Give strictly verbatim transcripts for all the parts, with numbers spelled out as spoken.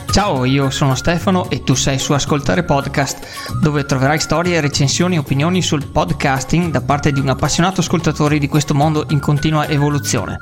Ciao, io sono Stefano e tu sei su Ascoltare Podcast, dove troverai storie, recensioni e opinioni sul podcasting da parte di un appassionato ascoltatore di questo mondo in continua evoluzione.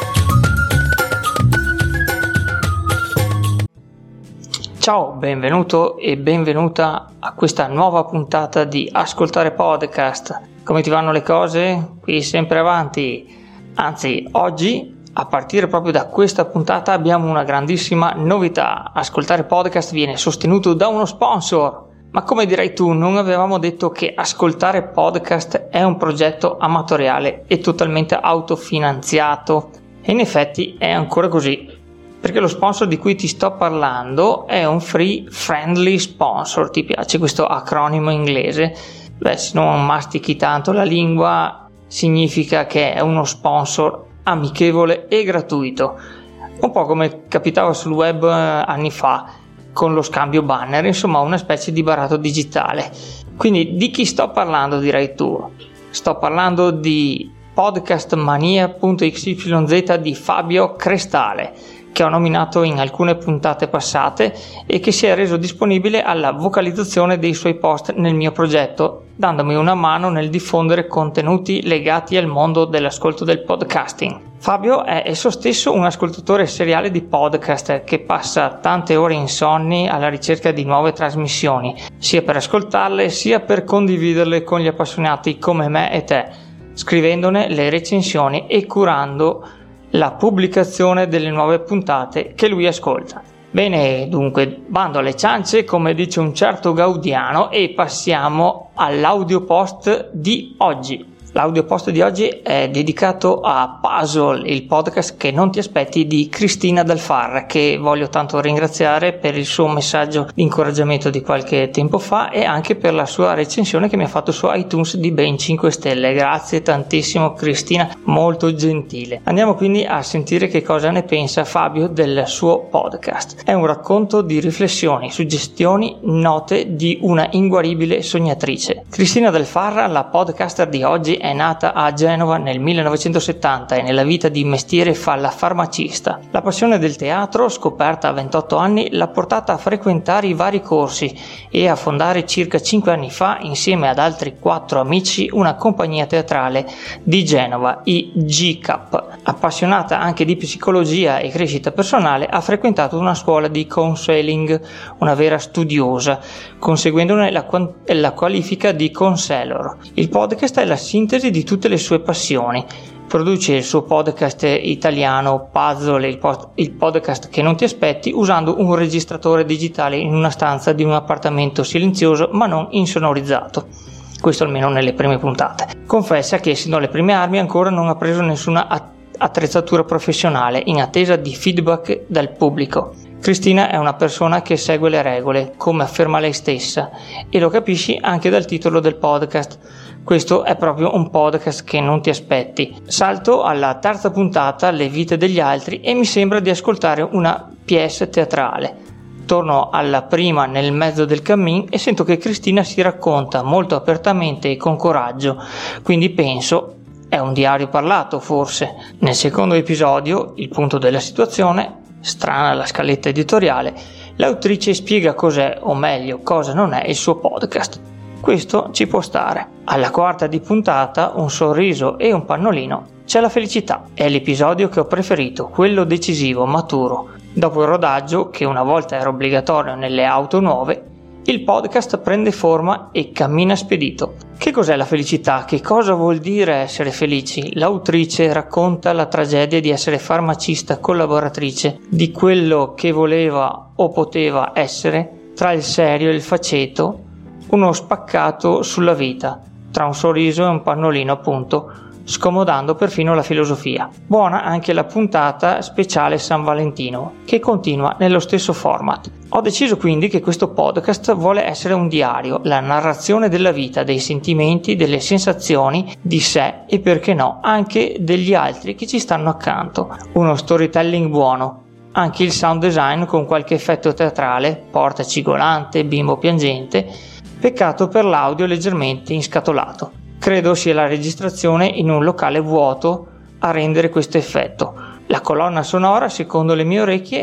Ciao, benvenuto e benvenuta a questa nuova puntata di Ascoltare Podcast. Come ti vanno le cose? Qui sempre avanti. Anzi, oggi, a partire proprio da questa puntata, abbiamo una grandissima novità. Ascoltare Podcast viene sostenuto da uno sponsor. Ma come dirai tu, non avevamo detto che Ascoltare Podcast è un progetto amatoriale e totalmente autofinanziato? E in effetti è ancora così, perché lo sponsor di cui ti sto parlando è un free friendly sponsor. Ti piace questo acronimo inglese? Beh, se non mastichi tanto la lingua, significa che è uno sponsor amichevole e gratuito, un po' come capitava sul web anni fa con lo scambio banner, insomma una specie di baratto digitale. Quindi di chi sto parlando, dirai tu? Sto parlando di podcastmania punto x y z di Fabio Crestale, che ho nominato in alcune puntate passate e che si è reso disponibile alla vocalizzazione dei suoi post nel mio progetto, dandomi una mano nel diffondere contenuti legati al mondo dell'ascolto del podcasting. Fabio è esso stesso un ascoltatore seriale di podcast che passa tante ore insonni alla ricerca di nuove trasmissioni, sia per ascoltarle sia per condividerle con gli appassionati come me e te, scrivendone le recensioni e curando la pubblicazione delle nuove puntate che lui ascolta. Bene, dunque, bando alle ciance, come dice un certo Gaudiano, e passiamo all'audio post di oggi. L'audio post di oggi è dedicato a Puzzle, il podcast che non ti aspetti di Cristina Dal Farra, che voglio tanto ringraziare per il suo messaggio di incoraggiamento di qualche tempo fa e anche per la sua recensione che mi ha fatto su iTunes di ben cinque stelle. Grazie tantissimo Cristina, molto gentile. Andiamo quindi a sentire che cosa ne pensa Fabio del suo podcast. È un racconto di riflessioni, suggestioni, note di una inguaribile sognatrice. Cristina Dal Farra, la podcaster di oggi, è nata a Genova nel millenovecentosettanta e nella vita di mestiere fa la farmacista. La passione del teatro, scoperta a ventotto anni, l'ha portata a frequentare i vari corsi e a fondare circa cinque anni fa, insieme ad altri quattro amici, una compagnia teatrale di Genova, i G C A P. Appassionata anche di psicologia e crescita personale, ha frequentato una scuola di counseling, una vera studiosa, conseguendone la, la qualifica di counselor. Il podcast è la sintesi di tutte le sue passioni. Produce il suo podcast italiano Puzzle, il, post- il podcast che non ti aspetti, usando un registratore digitale in una stanza di un appartamento silenzioso ma non insonorizzato. Questo almeno nelle prime puntate. Confessa che, essendo alle prime armi, ancora non ha preso nessuna att- attrezzatura professionale, in attesa di feedback dal pubblico. Cristina è una persona che segue le regole, come afferma lei stessa, e lo capisci anche dal titolo del podcast. Questo è proprio un podcast che non ti aspetti. Salto alla terza puntata, Le vite degli altri, e mi sembra di ascoltare una pièce teatrale. Torno alla prima nel mezzo del cammin e sento che Cristina si racconta molto apertamente e con coraggio, quindi penso è un diario parlato forse. Nel secondo episodio, il punto della situazione, strana la scaletta editoriale, l'autrice spiega cos'è, o meglio cosa non è, il suo podcast. Questo ci può stare. Alla quarta di puntata, un sorriso e un pannolino, c'è la felicità. È l'episodio che ho preferito, quello decisivo, maturo. Dopo il rodaggio, che una volta era obbligatorio nelle auto nuove, il podcast prende forma e cammina spedito. Che cos'è la felicità? Che cosa vuol dire essere felici? L'autrice racconta la tragedia di essere farmacista collaboratrice, di quello che voleva o poteva essere, tra il serio e il faceto, uno spaccato sulla vita, tra un sorriso e un pannolino appunto, scomodando perfino la filosofia. Buona anche la puntata speciale San Valentino, che continua nello stesso format. Ho deciso quindi che questo podcast vuole essere un diario, la narrazione della vita, dei sentimenti, delle sensazioni, di sé e, perché no, anche degli altri che ci stanno accanto. Uno storytelling buono. Anche il sound design con qualche effetto teatrale, porta cigolante, bimbo piangente, peccato per l'audio leggermente inscatolato. Credo sia la registrazione in un locale vuoto a rendere questo effetto. La colonna sonora, secondo le mie orecchie,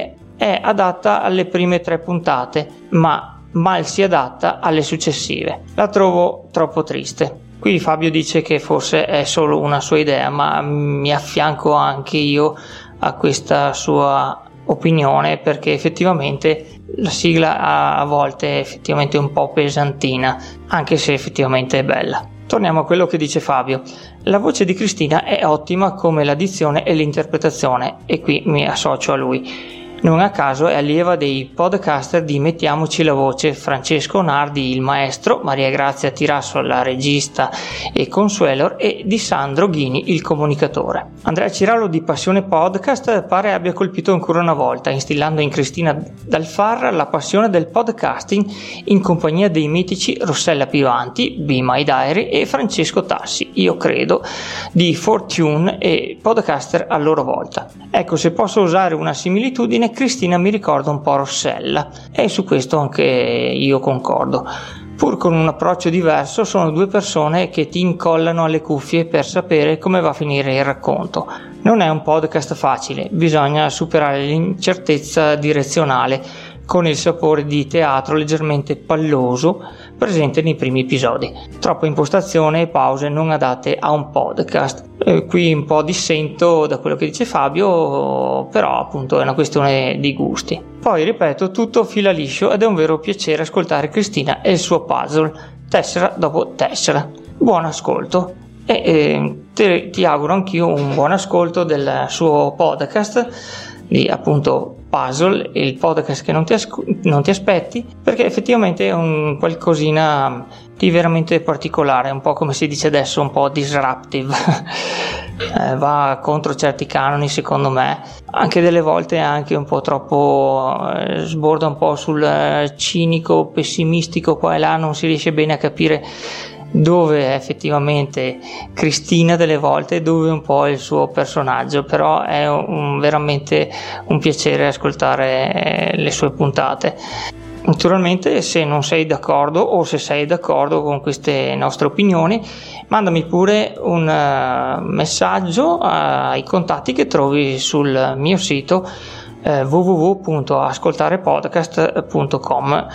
è adatta alle prime tre puntate, ma mal si adatta alle successive. La trovo troppo triste. Qui Fabio dice che forse è solo una sua idea, ma mi affianco anche io a questa sua opinione, perché effettivamente la sigla a volte è effettivamente un po' pesantina, anche se effettivamente è bella. Torniamo a quello che dice Fabio. La voce di Cristina è ottima come la dizione e l'interpretazione, e qui mi associo a lui. Non a caso è allieva dei podcaster di Mettiamoci la voce, Francesco Nardi il maestro, Maria Grazia Tirasso la regista e consuelor, e di Sandro Ghini il comunicatore. Andrea Cirallo di Passione Podcast pare abbia colpito ancora una volta, instillando in Cristina Dal Farra la passione del podcasting in compagnia dei mitici Rossella Pivanti, Be My Diary, e Francesco Tassi, io credo, di Fortune e podcaster a loro volta. Ecco, se posso usare una similitudine, Cristina mi ricorda un po' Rossella, e su questo anche io concordo. Pur con un approccio diverso, sono due persone che ti incollano alle cuffie per sapere come va a finire il racconto. Non è un podcast facile, bisogna superare l'incertezza direzionale con il sapore di teatro leggermente palloso presente nei primi episodi. Troppa impostazione e pause non adatte a un podcast. Eh, qui un po' dissento da quello che dice Fabio, però appunto è una questione di gusti. Poi ripeto, tutto fila liscio ed è un vero piacere ascoltare Cristina e il suo puzzle, tessera dopo tessera. Buon ascolto e eh, te, ti auguro anch'io un buon ascolto del suo podcast di appunto Puzzle, il podcast che non ti, asco- non ti aspetti, perché effettivamente è un qualcosina di veramente particolare, un po' come si dice adesso, un po' disruptive. eh, va contro certi canoni secondo me, anche delle volte anche un po' troppo, eh, sborda un po' sul eh, cinico, pessimistico qua e là, non si riesce bene a capire dove è effettivamente Cristina delle volte, dove un po' il suo personaggio, però è un, veramente un piacere ascoltare le sue puntate. Naturalmente, se non sei d'accordo o se sei d'accordo con queste nostre opinioni, mandami pure un uh, messaggio uh, ai contatti che trovi sul mio sito w w w punto ascoltarepodcast punto com,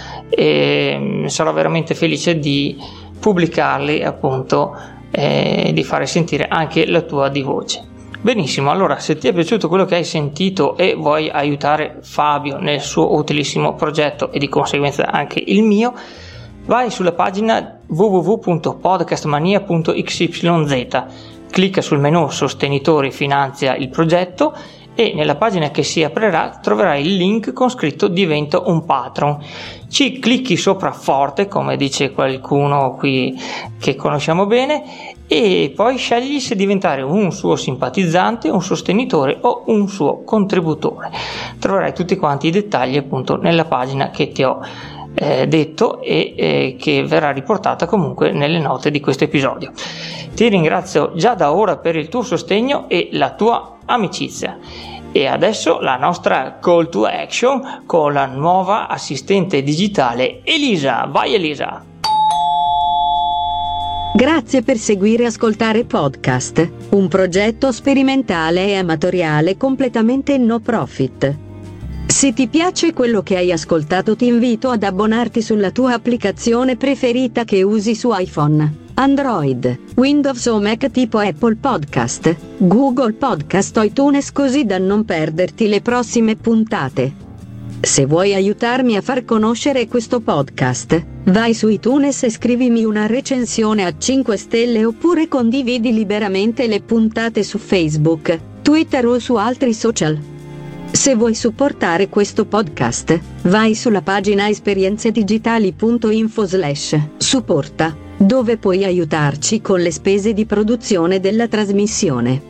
e sarò veramente felice di pubblicarli appunto e di fare sentire anche la tua di voce. Benissimo, allora se ti è piaciuto quello che hai sentito e vuoi aiutare Fabio nel suo utilissimo progetto e di conseguenza anche il mio, vai sulla pagina w w w punto podcastmania punto x y z, clicca sul menu Sostenitori, finanzia il progetto, e nella pagina che si aprirà troverai il link con scritto Diventa un Patron. Ci clicchi sopra forte, come dice qualcuno qui che conosciamo bene, e poi scegli se diventare un suo simpatizzante, un sostenitore o un suo contributore. Troverai tutti quanti i dettagli appunto nella pagina che ti ho eh, detto e eh, che verrà riportata comunque nelle note di questo episodio. Ti ringrazio già da ora per il tuo sostegno e la tua amicizia. E adesso la nostra call to action con la nuova assistente digitale Elisa. Vai Elisa! Grazie per seguire Ascoltare Podcast, un progetto sperimentale e amatoriale completamente no profit. Se ti piace quello che hai ascoltato, ti invito ad abbonarti sulla tua applicazione preferita che usi su iPhone, Android, Windows o Mac, tipo Apple Podcast, Google Podcast o iTunes, così da non perderti le prossime puntate. Se vuoi aiutarmi a far conoscere questo podcast, vai su iTunes e scrivimi una recensione a cinque stelle, oppure condividi liberamente le puntate su Facebook, Twitter o su altri social. Se vuoi supportare questo podcast, vai sulla pagina esperienzedigitali punto info slash supporta, dove puoi aiutarci con le spese di produzione della trasmissione.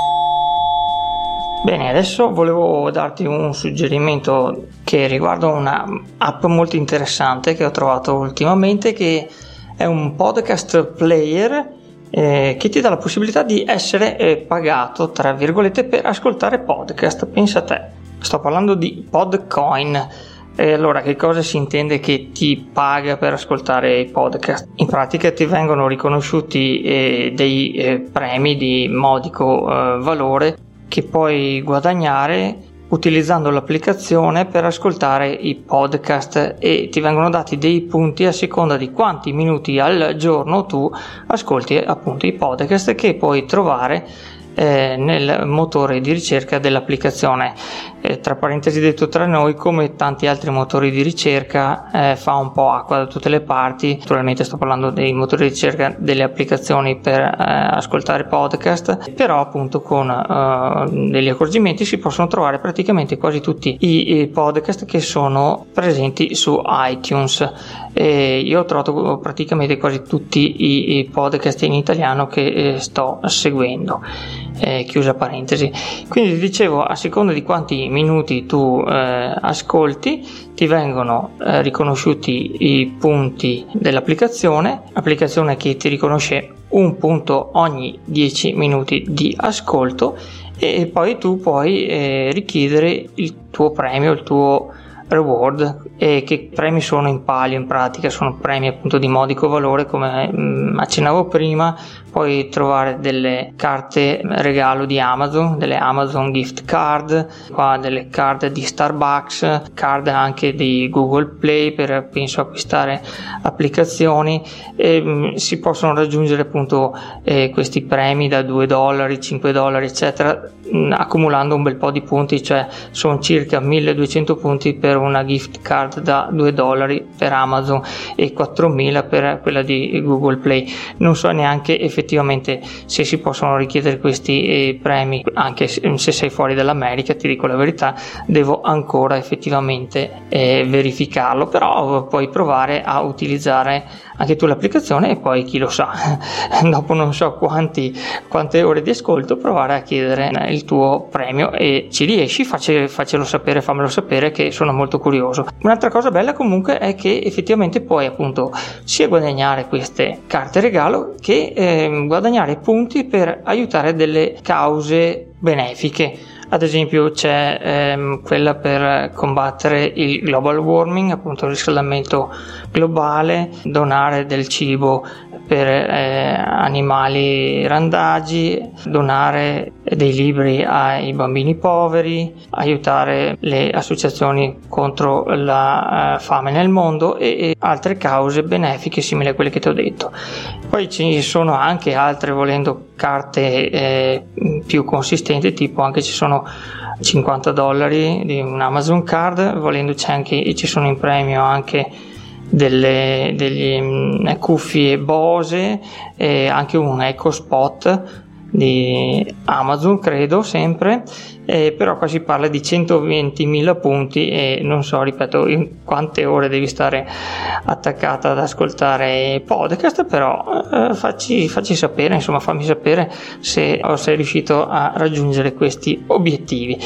Bene, adesso volevo darti un suggerimento che riguarda una app molto interessante che ho trovato ultimamente, che è un podcast player eh, che ti dà la possibilità di essere eh, pagato, tra virgolette, per ascoltare podcast. Pensa a te, sto parlando di Podcoin. E allora, che cosa si intende che ti paga per ascoltare i podcast? In pratica ti vengono riconosciuti eh, dei eh, premi di modico eh, valore che puoi guadagnare utilizzando l'applicazione per ascoltare i podcast e ti vengono dati dei punti a seconda di quanti minuti al giorno tu ascolti appunto i podcast, che puoi trovare eh, nel motore di ricerca dell'applicazione. Eh, tra parentesi detto tra noi, come tanti altri motori di ricerca eh, fa un po' acqua da tutte le parti. Naturalmente sto parlando dei motori di ricerca delle applicazioni per eh, ascoltare podcast, però appunto con eh, degli accorgimenti si possono trovare praticamente quasi tutti i, i podcast che sono presenti su iTunes. E io ho trovato praticamente quasi tutti i, i podcast in italiano che eh, sto seguendo. Eh, chiusa parentesi. Quindi dicevo, a seconda di quanti minuti tu eh, ascolti ti vengono eh, riconosciuti i punti dell'applicazione, applicazione che ti riconosce un punto ogni dieci minuti di ascolto, e poi tu puoi eh, richiedere il tuo premio, il tuo reward. E che premi sono in palio? In pratica sono premi appunto di modico valore, come mh, accennavo prima. Puoi trovare delle carte regalo di Amazon, delle Amazon gift card, qua delle card di Starbucks, card anche di Google Play per penso acquistare applicazioni, e mh, si possono raggiungere appunto eh, questi premi da due dollari, cinque dollari eccetera, mh, accumulando un bel po' di punti, cioè sono circa milleduecento punti per una gift card da due dollari per Amazon e quattromila per quella di Google Play. Non so neanche effettivamente se si possono richiedere questi eh, premi anche se, se sei fuori dall'America, ti dico la verità, devo ancora effettivamente eh, verificarlo, però puoi provare a utilizzare anche tu l'applicazione e poi chi lo sa, dopo non so quanti, quante ore di ascolto, provare a chiedere il tuo premio, e ci riesci, facci, faccelo sapere, fammelo sapere che sono molto curioso. Un'altra cosa bella comunque è che effettivamente puoi appunto sia guadagnare queste carte regalo che eh, guadagnare punti per aiutare delle cause benefiche. Ad esempio c'è ehm, quella per combattere il global warming, appunto il riscaldamento globale, donare del cibo per eh, animali randagi, donare dei libri ai bambini poveri, aiutare le associazioni contro la uh, fame nel mondo e, e altre cause benefiche simili a quelle che ti ho detto. Poi ci sono anche altre, volendo, carte eh, più consistenti, tipo anche ci sono cinquanta dollari di un Amazon card, volendo c'è anche, ci sono in premio anche delle degli mh, cuffie Bose e anche un Echo Spot di Amazon, credo sempre, eh, però qua si parla di centoventimila punti e non so, ripeto, in quante ore devi stare attaccata ad ascoltare podcast, però eh, facci, facci sapere, insomma fammi sapere se sei riuscito a raggiungere questi obiettivi.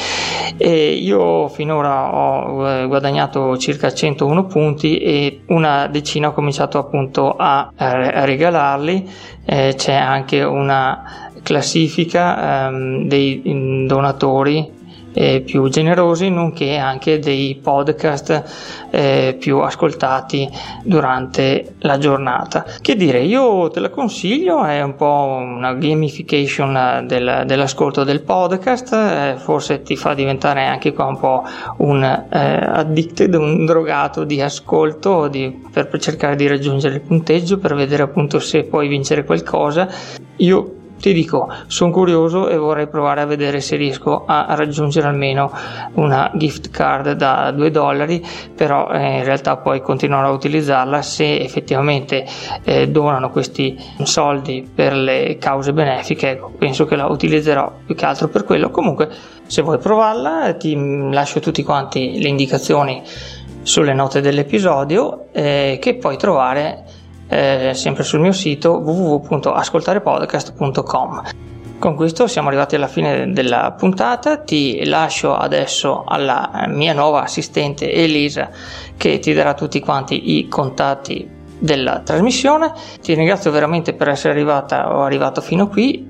E io finora ho guadagnato circa centouno punti e una decina ho cominciato appunto a, a regalarli. Eh, c'è anche una classifica ehm, dei donatori eh, più generosi, nonché anche dei podcast eh, più ascoltati durante la giornata. Che dire, io te la consiglio, è un po' una gamification del, dell'ascolto del podcast, eh, forse ti fa diventare anche qua un po' un eh, addicted, un drogato di ascolto, di, per, per cercare di raggiungere il punteggio, per vedere appunto se puoi vincere qualcosa. Io ti dico, sono curioso e vorrei provare a vedere se riesco a raggiungere almeno una gift card da due dollari, però eh, in realtà poi continuerò a utilizzarla se effettivamente eh, donano questi soldi per le cause benefiche. Ecco, penso che la utilizzerò più che altro per quello. Comunque, se vuoi provarla, ti lascio tutti quanti le indicazioni sulle note dell'episodio, eh, che puoi trovare Eh, sempre sul mio sito w w w punto ascoltarepodcast punto com. Con questo siamo arrivati alla fine della puntata. Ti lascio adesso alla mia nuova assistente Elisa, che ti darà tutti quanti i contatti della trasmissione. Ti ringrazio veramente per essere arrivata o arrivato fino qui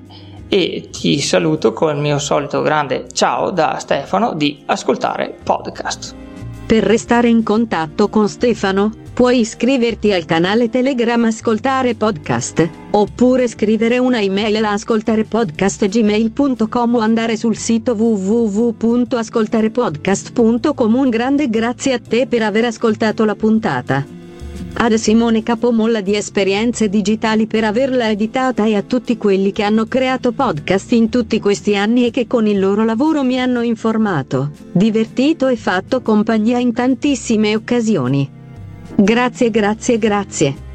e ti saluto con il mio solito grande ciao da Stefano di Ascoltare Podcast. Per restare in contatto con Stefano, puoi iscriverti al canale Telegram Ascoltare Podcast, oppure scrivere una email a ascoltarepodcast chiocciola gmail punto com o andare sul sito w w w punto ascoltarepodcast punto com. Un grande grazie a te per aver ascoltato la puntata. Ad Simone Capomolla di Esperienze Digitali per averla editata e a tutti quelli che hanno creato podcast in tutti questi anni e che con il loro lavoro mi hanno informato, divertito e fatto compagnia in tantissime occasioni. Grazie, grazie, grazie.